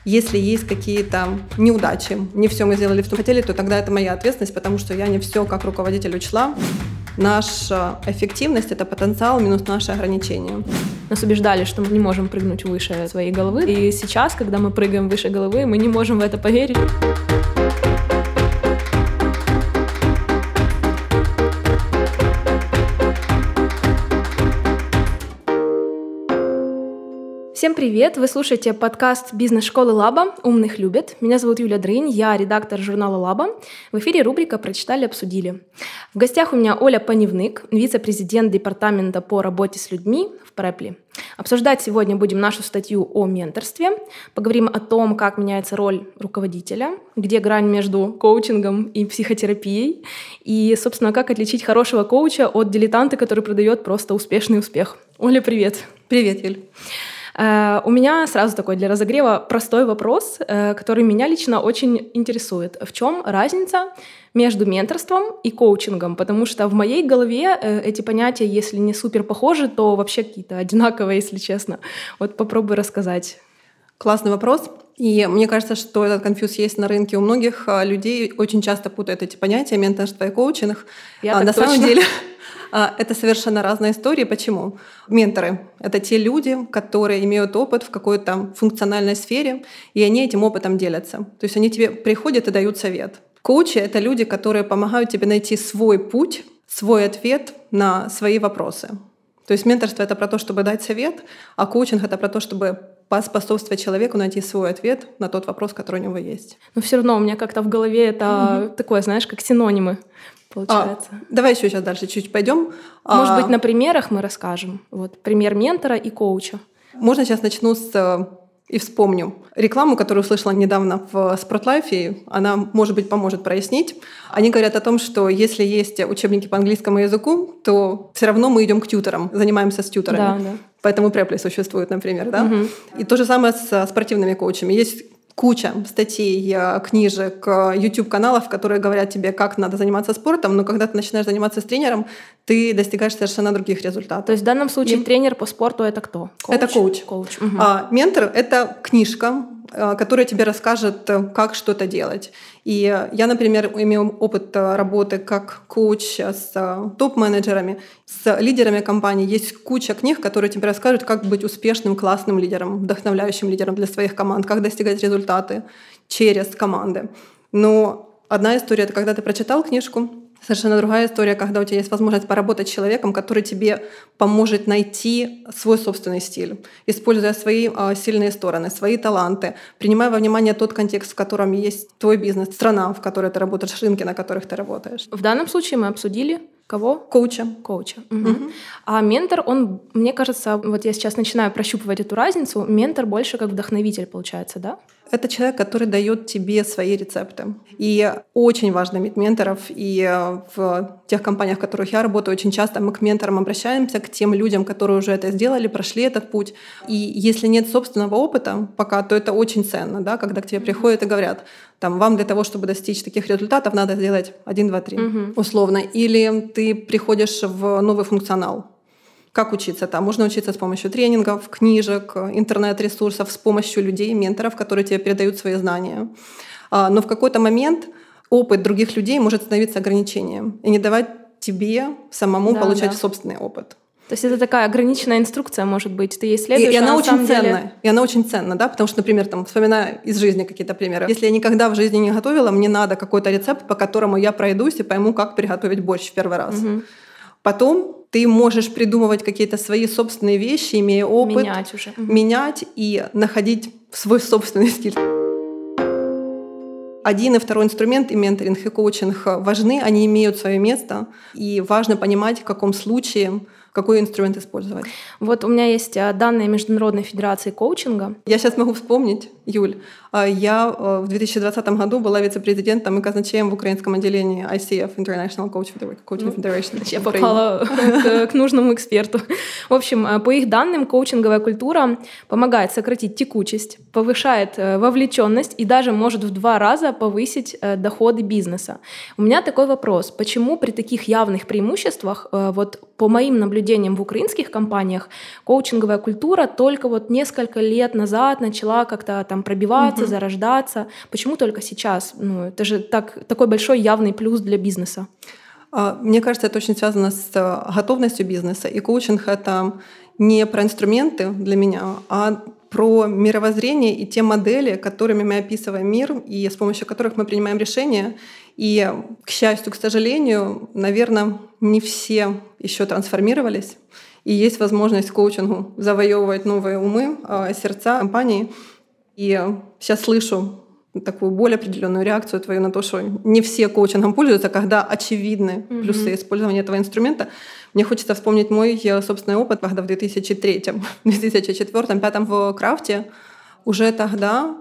Если есть какие-то неудачи, не все мы сделали, что хотели, то тогда это моя ответственность, потому что я не все как руководитель учла. Наша эффективность — это потенциал минус наши ограничения. Нас убеждали, что мы не можем прыгнуть выше своей головы. И сейчас, когда мы прыгаем выше головы, мы не можем в это поверить. Всем привет! Вы слушаете подкаст бизнес-школы Лаба «Умных любят». Меня зовут Юля Дрынь, я редактор журнала Лаба. В эфире рубрика «Прочитали, обсудили». В гостях у меня Оля Паневник, вице-президент департамента по работе с людьми в Preply. Обсуждать сегодня будем нашу статью о менторстве. Поговорим о том, как меняется роль руководителя, где грань между коучингом и психотерапией, и, собственно, как отличить хорошего коуча от дилетанта, который продает просто успешный успех. Оля, привет! Привет, Юль! У меня сразу такой для разогрева простой вопрос, который меня лично очень интересует. В чем разница между менторством и коучингом? Потому что в моей голове эти понятия, если не супер похожи, то вообще какие-то одинаковые, если честно. Вот попробуй рассказать. Классный вопрос. И мне кажется, что этот конфьюз есть на рынке у многих людей. Очень часто путают эти понятия менторство и коучинг. На самом деле это совершенно разные истории. Почему? Менторы — это те люди, которые имеют опыт в какой-то функциональной сфере, и они этим опытом делятся. То есть они тебе приходят и дают совет. Коучи — это люди, которые помогают тебе найти свой путь, свой ответ на свои вопросы. То есть менторство — это про то, чтобы дать совет, а коучинг — это про то, чтобы поспособствовать человеку найти свой ответ на тот вопрос, который у него есть. Но все равно у меня как-то в голове это такое, знаешь, как синонимы. Получается. Давай еще сейчас дальше чуть пойдем. Может быть, на примерах мы расскажем. Вот пример ментора и коуча. Можно сейчас начну и вспомню рекламу, которую услышала недавно в Спортлайфе. Она, может быть, поможет прояснить. Они говорят о том, что если есть учебники по английскому языку, то все равно мы идем к тьюторам, занимаемся с тьюторами. Да. Поэтому Preply существует, например. Да? И то же самое с спортивными коучами. Есть куча статей, книжек, YouTube-каналов, которые говорят тебе, как надо заниматься спортом, но когда ты начинаешь заниматься с тренером, ты достигаешь совершенно других результатов. То есть в данном случае тренер по спорту — это кто? Коуч? Это коуч. Ментор — это книжка, которая тебе расскажет, как что-то делать. И я, например, имею опыт работы как коуч с топ-менеджерами, с лидерами компаний. Есть куча книг, которые тебе расскажут, как быть успешным, классным лидером, вдохновляющим лидером для своих команд, как достигать результаты через команды. Но одна история — это когда ты прочитал книжку. Совершенно другая история, когда у тебя есть возможность поработать с человеком, который тебе поможет найти свой собственный стиль, используя свои сильные стороны, свои таланты, принимая во внимание тот контекст, в котором есть твой бизнес, страна, в которой ты работаешь, рынки, на которых ты работаешь. В данном случае мы обсудили кого? Коуча. А ментор, он, мне кажется, вот я сейчас начинаю прощупывать эту разницу, ментор больше как вдохновитель получается, да? Это человек, который дает тебе свои рецепты. И очень важно иметь менторов. И в тех компаниях, в которых я работаю, очень часто мы к менторам обращаемся, к тем людям, которые уже это сделали, прошли этот путь. И если нет собственного опыта пока, то это очень ценно, да, когда к тебе приходят и говорят, вам для того, чтобы достичь таких результатов, надо сделать 1, 2, 3, условно. Или ты приходишь в новый функционал. Как учиться там? Можно учиться с помощью тренингов, книжек, интернет-ресурсов, с помощью людей, менторов, которые тебе передают свои знания. Но в какой-то момент опыт других людей может становиться ограничением и не давать тебе самому получать собственный опыт. То есть это такая ограниченная инструкция, может быть, ты ей следуешь, и она очень ценная. И она очень ценна, да, потому что, например, вспоминая из жизни какие-то примеры. Если я никогда в жизни не готовила, мне надо какой-то рецепт, по которому я пройдусь и пойму, как приготовить борщ в первый раз. Потом ты можешь придумывать какие-то свои собственные вещи, имея опыт, менять и находить свой собственный стиль. Один и второй инструмент, и менторинг, и коучинг важны, они имеют свое место, и важно понимать, в каком случае какой инструмент использовать. Вот у меня есть данные Международной федерации коучинга. Я сейчас могу вспомнить, Юль. Я в 2020 году была вице-президентом и казначеем в украинском отделении ICF, International Coaching Federation. Я попала к нужному эксперту. В общем, по их данным, коучинговая культура помогает сократить текучесть, повышает вовлеченность и даже может в 2 раза повысить доходы бизнеса. У меня такой вопрос. Почему при таких явных преимуществах вот по моим наблюдениям в украинских компаниях, коучинговая культура только вот несколько лет назад начала как-то там пробиваться, зарождаться. Почему только сейчас? Ну, это же такой большой явный плюс для бизнеса. Мне кажется, это очень связано с готовностью бизнеса. И коучинг — это не про инструменты для меня, а про мировоззрение и те модели, которыми мы описываем мир и с помощью которых мы принимаем решения. И, к счастью, к сожалению, наверное, не все еще трансформировались. И есть возможность коучингу завоевывать новые умы, сердца компании. И сейчас слышу такую более определенную реакцию твою на то, что не все коучингом пользуются, когда очевидны плюсы использования этого инструмента. Мне хочется вспомнить мой собственный опыт, когда в 2003, 2004, 2005 в Крафте уже тогда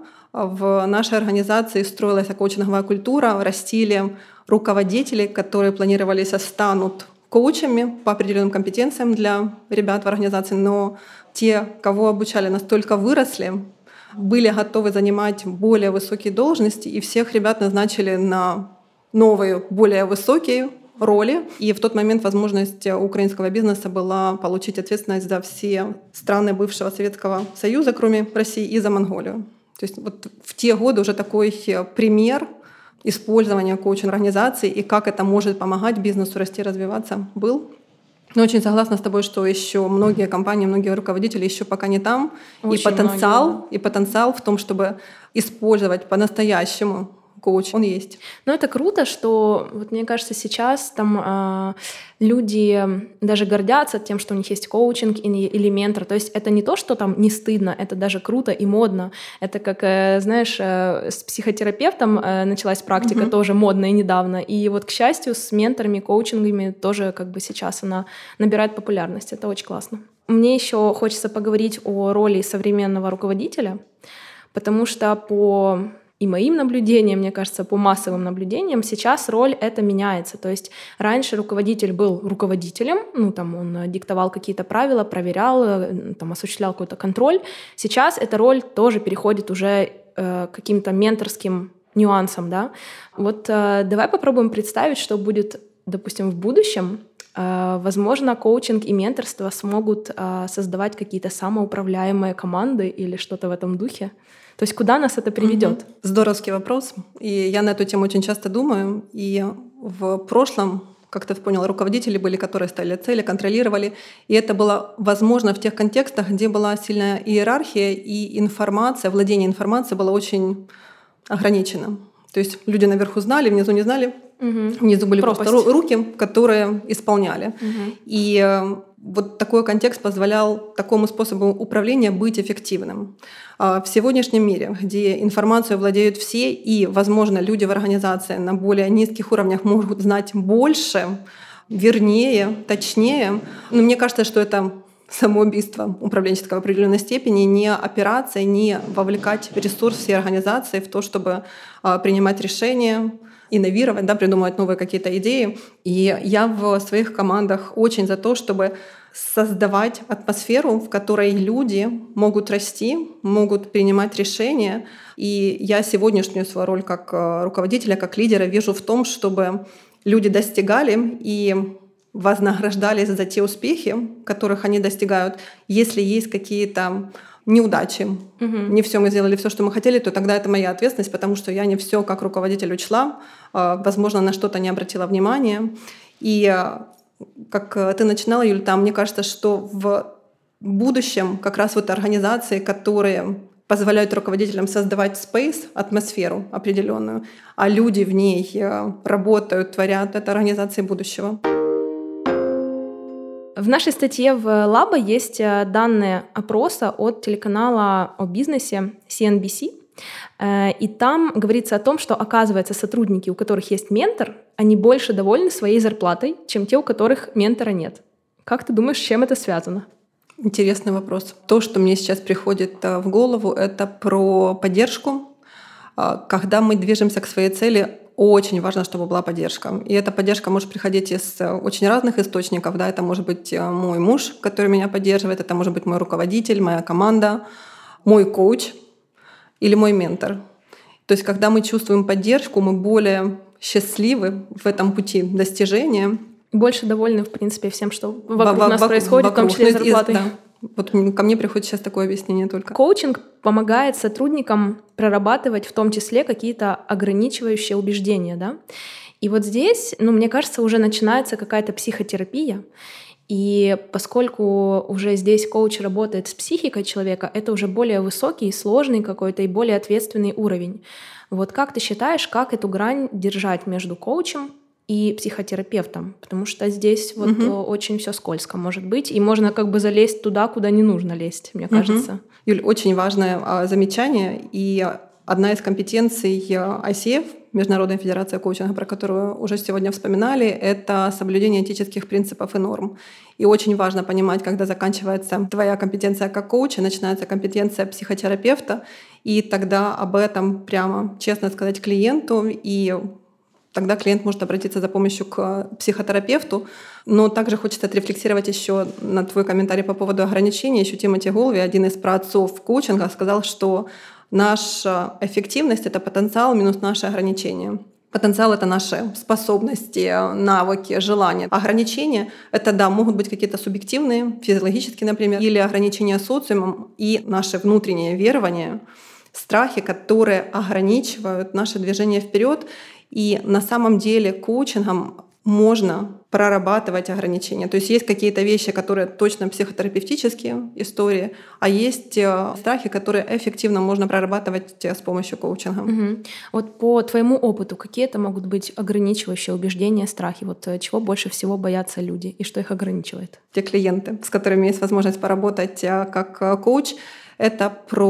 в нашей организации строилась коучинговая культура, растили руководителей, которые планировались станут коучами по определенным компетенциям для ребят в организации, но те, кого обучали, настолько выросли, были готовы занимать более высокие должности, и всех ребят назначили на новые, более высокие роли. И в тот момент возможность украинского бизнеса была получить ответственность за все страны бывшего Советского Союза, кроме России, и за Монголию. То есть вот в те годы уже такой пример использования коучинг-организаций и как это может помогать бизнесу расти, развиваться был. Но очень согласна с тобой, что еще многие компании, многие руководители еще пока не там. И потенциал в том, чтобы использовать по-настоящему коуч, он есть. Но это круто, что, вот мне кажется, сейчас там люди даже гордятся тем, что у них есть коучинг или ментор. То есть это не то, что там не стыдно, это даже круто и модно. Это как, знаешь, с психотерапевтом началась практика, тоже модная недавно. И вот, к счастью, с менторами, коучингами тоже как бы сейчас она набирает популярность. Это очень классно. Мне еще хочется поговорить о роли современного руководителя, потому что по и моим наблюдениям, мне кажется, по массовым наблюдениям, сейчас роль эта меняется. То есть раньше руководитель был руководителем, ну, там он диктовал какие-то правила, проверял, там, осуществлял какой-то контроль. Сейчас эта роль тоже переходит уже к каким-то менторским нюансам, да. Вот давай попробуем представить, что будет, допустим, в будущем. Возможно, коучинг и менторство смогут создавать какие-то самоуправляемые команды или что-то в этом духе. То есть куда нас это приведет? Здоровский вопрос. И я на эту тему очень часто думаю. И в прошлом, как ты понял, руководители были, которые ставили цели, контролировали. И это было возможно в тех контекстах, где была сильная иерархия, и информация, владение информацией было очень ограничено. То есть люди наверху знали, внизу не знали. Внизу были просто руки, которые исполняли. И вот такой контекст позволял такому способу управления быть эффективным. В сегодняшнем мире, где информацию владеют все, и, возможно, люди в организации на более низких уровнях могут знать больше, вернее, точнее, но мне кажется, что это самоубийство управленческого в определенной степени, не опираться, не вовлекать ресурс всей организации в то, чтобы принимать решения, инновировать, да, придумывать новые какие-то идеи. И я в своих командах очень за то, чтобы создавать атмосферу, в которой люди могут расти, могут принимать решения. И я сегодняшнюю свою роль как руководителя, как лидера вижу в том, чтобы люди достигали и вознаграждались за те успехи, которых они достигают. Если есть какие-то неудачи, не все мы сделали, все, что мы хотели, то тогда это моя ответственность, потому что я не все как руководитель учла, возможно, на что-то не обратила внимания. И как ты начинала, Юль, там, мне кажется, что в будущем как раз вот организации, которые позволяют руководителям создавать space, атмосферу определенную, а люди в ней работают, творят, это организации будущего. В нашей статье в Labo есть данные опроса от телеканала о бизнесе CNBC. И там говорится о том, что, оказывается, сотрудники, у которых есть ментор, они больше довольны своей зарплатой, чем те, у которых ментора нет. Как ты думаешь, с чем это связано? Интересный вопрос. То, что мне сейчас приходит в голову, это про поддержку. Когда мы движемся к своей цели, очень важно, чтобы была поддержка. И эта поддержка может приходить из очень разных источников. Да? Это может быть мой муж, который меня поддерживает, это может быть мой руководитель, моя команда, мой коуч или мой ментор. То есть, когда мы чувствуем поддержку, мы более счастливы в этом пути достижения. Больше довольны, в принципе, всем, что вокруг нас происходит, в том числе зарплатой. Да. Вот ко мне приходит сейчас такое объяснение только. Коучинг помогает сотрудникам прорабатывать в том числе какие-то ограничивающие убеждения, да? И вот здесь, мне кажется, уже начинается какая-то психотерапия. И поскольку уже здесь коуч работает с психикой человека, это уже более высокий, сложный какой-то и более ответственный уровень. Вот как ты считаешь, как эту грань держать между коучем и психотерапевтом? Потому что здесь очень все скользко может быть, и можно как бы залезть туда, куда не нужно лезть, мне кажется. Юль, очень важное замечание, и одна из компетенций ICF, Международная федерация коучинга, про которую уже сегодня вспоминали, это соблюдение этических принципов и норм. И очень важно понимать, когда заканчивается твоя компетенция как коуча, начинается компетенция психотерапевта, и тогда об этом прямо честно сказать клиенту, и тогда клиент может обратиться за помощью к психотерапевту. Но также хочется отрефлексировать еще на твой комментарий по поводу ограничений. Еще Тимоти Голви, один из праотцов коучинга, сказал, что наша эффективность — это потенциал минус наши ограничения. Потенциал — это наши способности, навыки, желания. Ограничения — это, да, могут быть какие-то субъективные, физиологические, например, или ограничения социумом и наши внутренние верования, страхи, которые ограничивают наше движение вперед. И на самом деле коучингом можно прорабатывать ограничения. То есть есть какие-то вещи, которые точно психотерапевтические истории, а есть страхи, которые эффективно можно прорабатывать с помощью коучинга. Угу. Вот по твоему опыту, какие это могут быть ограничивающие убеждения, страхи? Вот чего больше всего боятся люди и что их ограничивает? Те клиенты, с которыми есть возможность поработать как коуч, это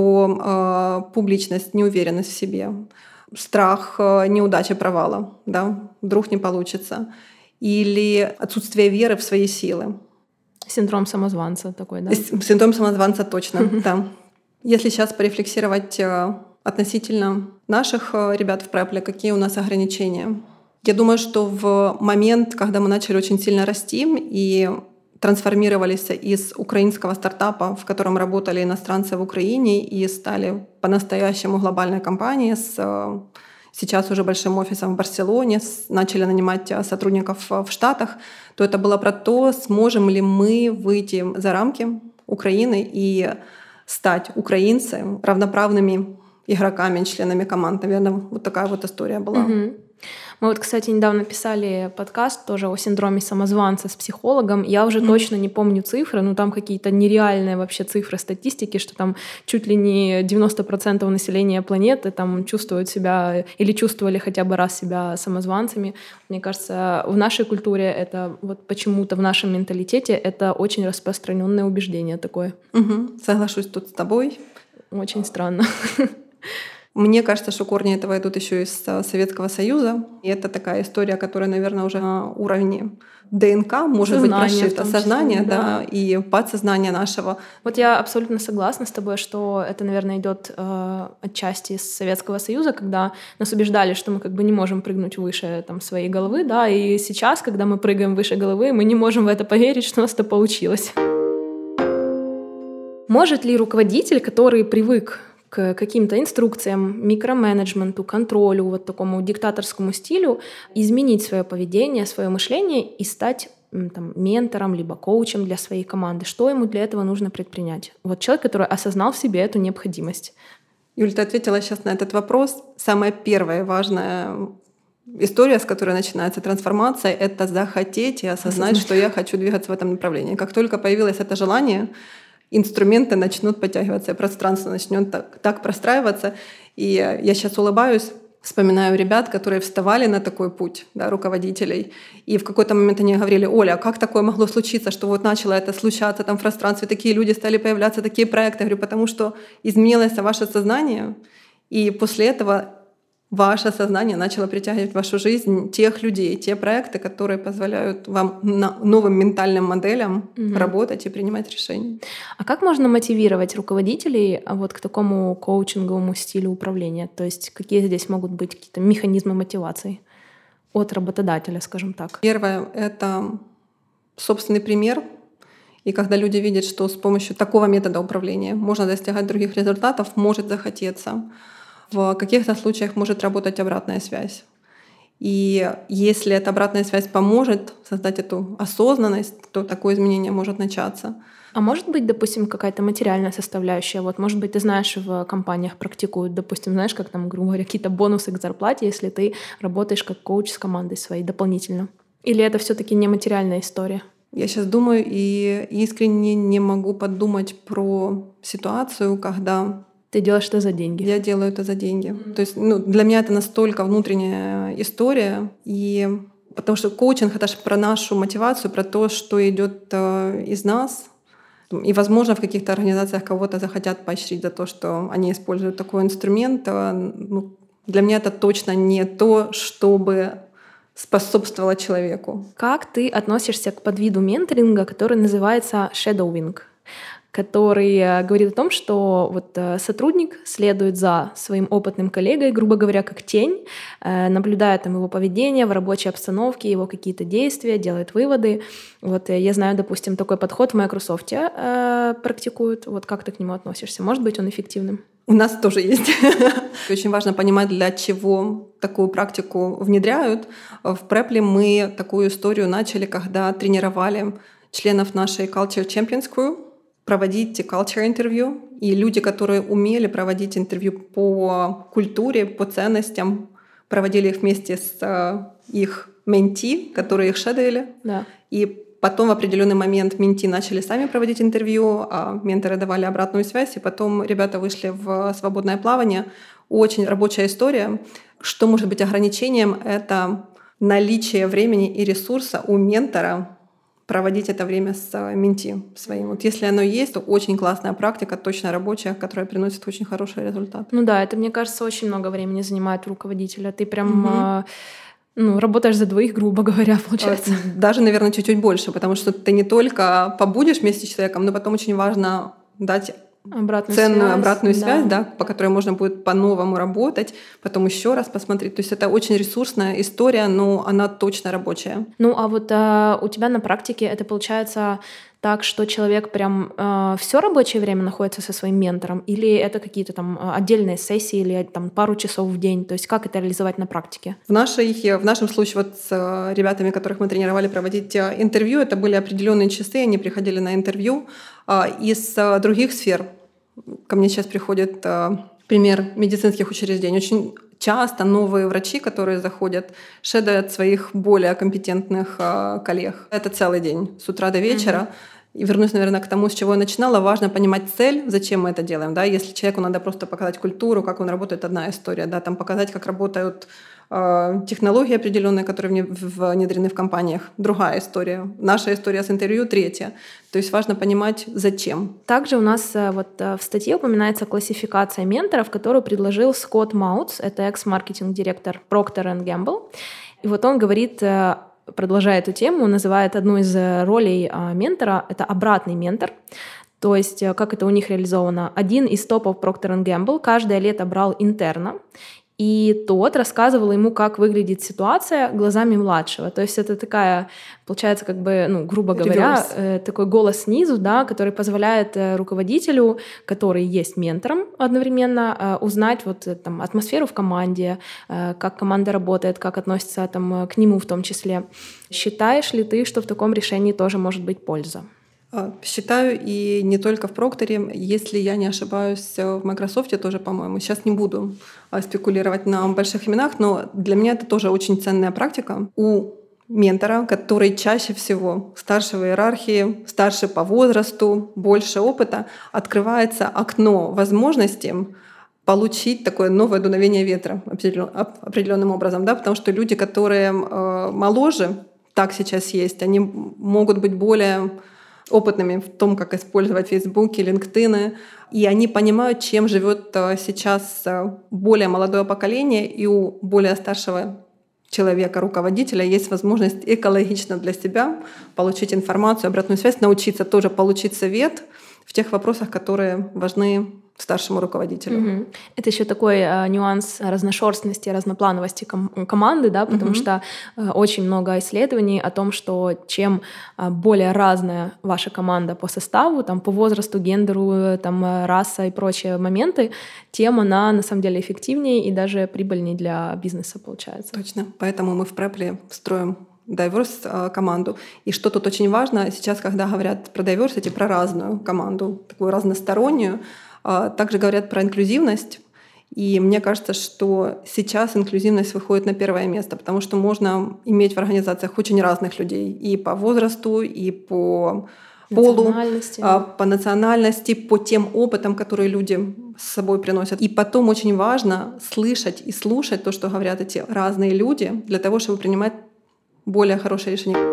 про публичность, неуверенность в себе, страх неудачи, провала, да, вдруг не получится, или отсутствие веры в свои силы. Синдром самозванца такой, да? Синдром самозванца точно, да. Если сейчас порефлексировать относительно наших ребят в Препле, какие у нас ограничения? Я думаю, что в момент, когда мы начали очень сильно расти и трансформировались из украинского стартапа, в котором работали иностранцы в Украине, и стали по-настоящему глобальной компанией с сейчас уже большим офисом в Барселоне, начали нанимать сотрудников в Штатах, то это было про то, сможем ли мы выйти за рамки Украины и стать украинцами равноправными игроками, членами команд. Наверное, вот такая вот история была. Угу. Мы вот, кстати, недавно писали подкаст тоже о синдроме самозванца с психологом. Я уже точно не помню цифры, но там какие-то нереальные вообще цифры статистики, что там чуть ли не 90% населения планеты там чувствуют себя или чувствовали хотя бы раз себя самозванцами. Мне кажется, в нашей культуре это вот почему-то в нашем менталитете это очень распространенное убеждение такое. Угу. Соглашусь тут с тобой. Очень странно. Мне кажется, что корни этого идут еще из Советского Союза. И это такая история, которая, наверное, уже на уровне ДНК может быть прошита, сознание, да, и подсознание нашего. Вот я абсолютно согласна с тобой, что это, наверное, идет отчасти из Советского Союза, когда нас убеждали, что мы как бы не можем прыгнуть выше там, своей головы, да, и сейчас, когда мы прыгаем выше головы, мы не можем в это поверить, что у нас это получилось. Может ли руководитель, который привык к каким-то инструкциям, микроменеджменту, контролю, вот такому диктаторскому стилю, изменить свое поведение, свое мышление и стать там, ментором либо коучем для своей команды? Что ему для этого нужно предпринять? Вот человек, который осознал в себе эту необходимость. Юль, ты ответила сейчас на этот вопрос. Самая первая важная история, с которой начинается трансформация, это захотеть и осознать, что я хочу двигаться в этом направлении. Как только появилось это желание, инструменты начнут подтягиваться, пространство начнет так простраиваться. И я сейчас улыбаюсь, вспоминаю ребят, которые вставали на такой путь, да, руководителей. И в какой-то момент они говорили: Оля, как такое могло случиться, что вот начало это случаться там в пространстве, такие люди стали появляться, такие проекты? Я говорю: потому что изменилось ваше сознание, и после этого ваше сознание начало притягивать в вашу жизнь тех людей, те проекты, которые позволяют вам новым ментальным моделям работать и принимать решения. А как можно мотивировать руководителей вот к такому коучинговому стилю управления? То есть какие здесь могут быть какие-то механизмы мотивации от работодателя, скажем так? Первое — это собственный пример. И когда люди видят, что с помощью такого метода управления можно достигать других результатов, может захотеться. В каких-то случаях может работать обратная связь. И если эта обратная связь поможет создать эту осознанность, то такое изменение может начаться. А может быть, допустим, какая-то материальная составляющая? Вот, может быть, ты знаешь, в компаниях практикуют, допустим, знаешь, как там, грубо говоря, какие-то бонусы к зарплате, если ты работаешь как коуч с командой своей дополнительно? Или это все-таки не материальная история? Я сейчас думаю и искренне не могу подумать про ситуацию, когда ты делаешь это за деньги. Я делаю это за деньги. То есть для меня это настолько внутренняя история. И потому что коучинг — это же про нашу мотивацию, про то, что идет из нас. И, возможно, в каких-то организациях кого-то захотят поощрить за то, что они используют такой инструмент. Для меня это точно не то, чтобы способствовало человеку. Как ты относишься к подвиду менторинга, который называется shadowing, который говорит о том, что вот сотрудник следует за своим опытным коллегой, грубо говоря, как тень, наблюдая там его поведение в рабочей обстановке, его какие-то действия, делает выводы. Вот я знаю, допустим, такой подход в Microsoft практикуют. Вот как ты к нему относишься? Может быть, он эффективным? У нас тоже есть. Очень важно понимать, для чего такую практику внедряют. В Preply мы такую историю начали, когда тренировали членов нашей Culture Champions Crew проводить culture интервью. И люди, которые умели проводить интервью по культуре, по ценностям, проводили их вместе с их менти, которые их шедовали. Да. И потом в определенный момент менти начали сами проводить интервью, а менторы давали обратную связь, и потом ребята вышли в свободное плавание. Очень рабочая история. Что может быть ограничением — это наличие времени и ресурса у ментора проводить это время с менти своим. Вот если оно есть, то очень классная практика, точно рабочая, которая приносит очень хороший результат. Ну да, это, мне кажется, очень много времени занимает руководителя. Ты прям работаешь за двоих, грубо говоря, получается. Даже, наверное, чуть-чуть больше, потому что ты не только побудешь вместе с человеком, но потом очень важно дать обратную связь, да, по которой можно будет по-новому работать, потом еще раз посмотреть. То есть это очень ресурсная история, но она точно рабочая. Ну а вот у тебя на практике это получается так, что человек прям все рабочее время находится со своим ментором, или это какие-то там отдельные сессии, или там пару часов в день? То есть как это реализовать на практике? В нашем случае вот с ребятами, которых мы тренировали проводить интервью, это были определенные часы, они приходили на интервью из других сфер. Ко мне сейчас приходит пример медицинских учреждений. Очень часто новые врачи, которые заходят, шедуют своих более компетентных коллег. Это целый день, с утра до вечера. И вернусь, наверное, к тому, с чего я начинала. Важно понимать цель, зачем мы это делаем. Да? Если человеку надо просто показать культуру, как он работает, одна история. Да? Там показать, как работают технологии определенные, которые внедрены в компаниях, другая история. Наша история с интервью — третья. То есть важно понимать, зачем. Также у нас вот в статье упоминается классификация менторов, которую предложил Скотт Маутс, это экс-маркетинг-директор Procter & Gamble. И вот он говорит, продолжая эту тему, называет одну из ролей ментора — это обратный ментор. То есть как это у них реализовано? Один из топов Procter & Gamble каждое лето брал интерна, и тот рассказывал ему, как выглядит ситуация глазами младшего. То есть это такая, получается, как бы, грубо говоря, такой голос снизу, да, который позволяет руководителю, который есть ментором одновременно, узнать вот там атмосферу в команде, как команда работает, как относится там к нему в том числе. Считаешь ли ты, что в таком решении тоже может быть польза? Считаю, и не только в Прокторе, если я не ошибаюсь, в Microsoft тоже, по-моему. Сейчас не буду спекулировать на больших именах, но для меня это тоже очень ценная практика. У ментора, который чаще всего старше в иерархии, старше по возрасту, больше опыта, открывается окно возможностей получить такое новое дуновение ветра определенным образом, да, потому что люди, которые моложе, так сейчас есть, они могут быть более опытными в том, как использовать Facebook, LinkedIn, и они понимают, чем живет сейчас более молодое поколение, и у более старшего человека, руководителя, есть возможность экологично для себя получить информацию, обратную связь, научиться тоже получить совет в тех вопросах, которые важны старшему руководителю. Это еще такой нюанс разношерстности, разноплановости команды, да, потому что очень много исследований о том, что чем более разная ваша команда по составу, там, по возрасту, гендеру, там, раса и прочие моменты, тем она на самом деле эффективнее и даже прибыльнее для бизнеса получается. Точно. Поэтому мы в Preply строим diverse команду. И что тут очень важно, сейчас, когда говорят про diversity, про разную команду, такую разностороннюю, также говорят про инклюзивность. И мне кажется, что сейчас инклюзивность выходит на первое место, потому что можно иметь в организациях очень разных людей и по возрасту, и по полу, по национальности, по тем опытам, которые люди с собой приносят. И потом очень важно слышать и слушать то, что говорят эти разные люди, для того, чтобы принимать более хорошее решение.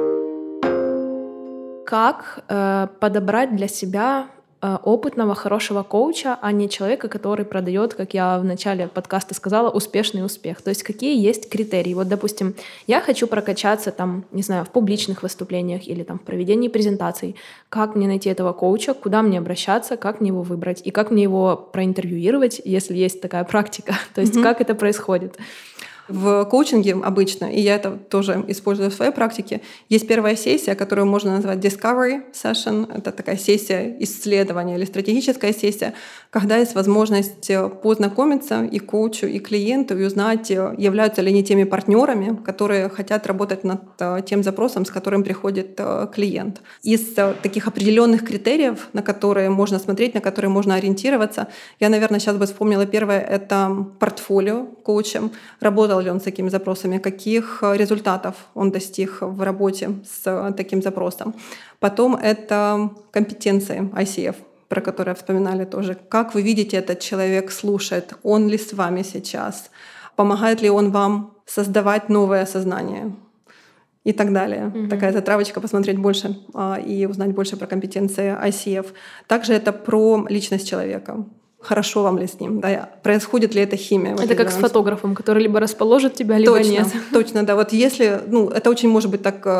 Как подобрать для себя опытного, хорошего коуча, а не человека, который продает, как я в начале подкаста сказала, успешный успех. То есть какие есть критерии? Вот, допустим, я хочу прокачаться там, не знаю, в публичных выступлениях или там в проведении презентаций. Как мне найти этого коуча? Куда мне обращаться? Как мне его выбрать? И как мне его проинтервьюировать, если есть такая практика? То есть как это происходит? В коучинге обычно, и я это тоже использую в своей практике, есть первая сессия, которую можно назвать Discovery Session. Это такая сессия исследования или стратегическая сессия, когда есть возможность познакомиться и коучу, и клиенту, и узнать, являются ли они теми партнерами, которые хотят работать над тем запросом, с которым приходит клиент. Из таких определенных критериев, на которые можно смотреть, на которые можно ориентироваться, я, наверное, сейчас бы вспомнила первое — это портфолио коуча. Работал ли он с такими запросами, каких результатов он достиг в работе с таким запросом. Потом это компетенции ICF, про которые вспоминали тоже. Как вы видите, этот человек слушает, он ли с вами сейчас, помогает ли он вам создавать новое сознание и так далее. Такая затравочка, посмотреть больше и узнать больше про компетенции ICF. Также это про личность человека. Хорошо вам ли с ним, да, происходит ли эта химия. Это как с фотографом, который либо расположит тебя, либо точно, нет. Точно, да. Вот если, это очень может быть так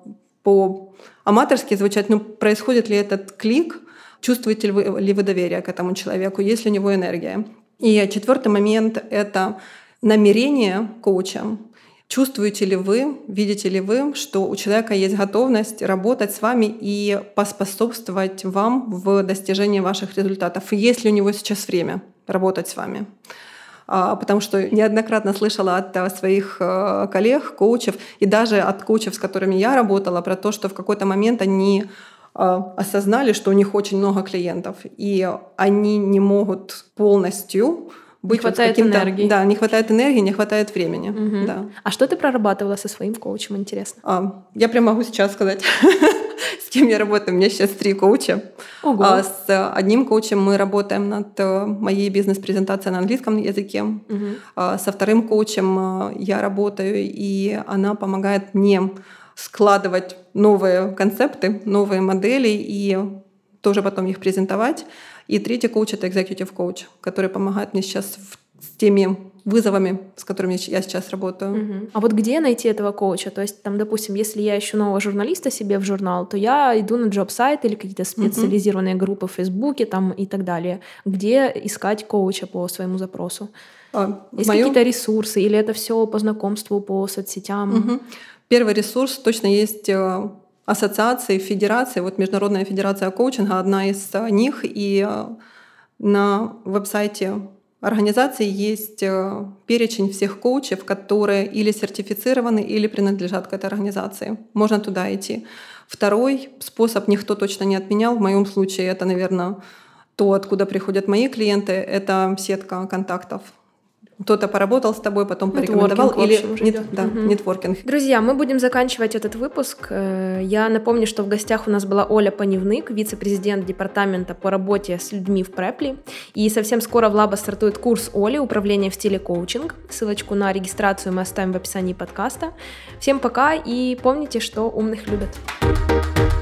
по-аматорски звучать, но происходит ли этот клик, чувствуете ли вы доверие к этому человеку, есть ли у него энергия. И четвертый момент — это намерение коуча. Чувствуете ли вы, видите ли вы, что у человека есть готовность работать с вами и поспособствовать вам в достижении ваших результатов? И есть ли у него сейчас время работать с вами? Потому что неоднократно слышала от своих коллег, коучев, и даже от коучев, с которыми я работала, про то, что в какой-то момент они осознали, что у них очень много клиентов, и они не могут полностью быть не хватает энергии. Да, не хватает энергии, не хватает времени. Да. А что ты прорабатывала со своим коучем, интересно? Я прям могу сейчас сказать, с кем я работаю. У меня сейчас 3 коуча. Ого. С одним коучем мы работаем над моей бизнес-презентацией на английском языке. Со вторым коучем я работаю, и она помогает мне складывать новые концепты, новые модели и тоже потом их презентовать. И третий коуч — это executive коуч, который помогает мне сейчас с теми вызовами, с которыми я сейчас работаю. А вот где найти этого коуча? То есть, там, допустим, если я ищу нового журналиста себе в журнал, то я иду на джоб-сайт или какие-то специализированные группы в Фейсбуке там, и так далее. Где искать коуча по своему запросу? Есть какие-то ресурсы или это все по знакомству, по соцсетям? Первый ресурс точно есть ассоциации, федерации. Вот Международная федерация коучинга — одна из них. И на веб-сайте организации есть перечень всех коучев, которые или сертифицированы, или принадлежат к этой организации. Можно туда идти. Второй способ никто точно не отменял. В моем случае это, наверное, то, откуда приходят мои клиенты. Это сетка контактов. Кто-то поработал с тобой, потом порекомендовал. Нетворкинг. Друзья, мы будем заканчивать этот выпуск. Я напомню, что в гостях у нас была Оля Панивнык, вице-президент департамента по работе с людьми в Preply. И совсем скоро в Лаба стартует курс Оли «Управление в стиле коучинг». Ссылочку на регистрацию мы оставим в описании подкаста. Всем пока и помните, что умных любят.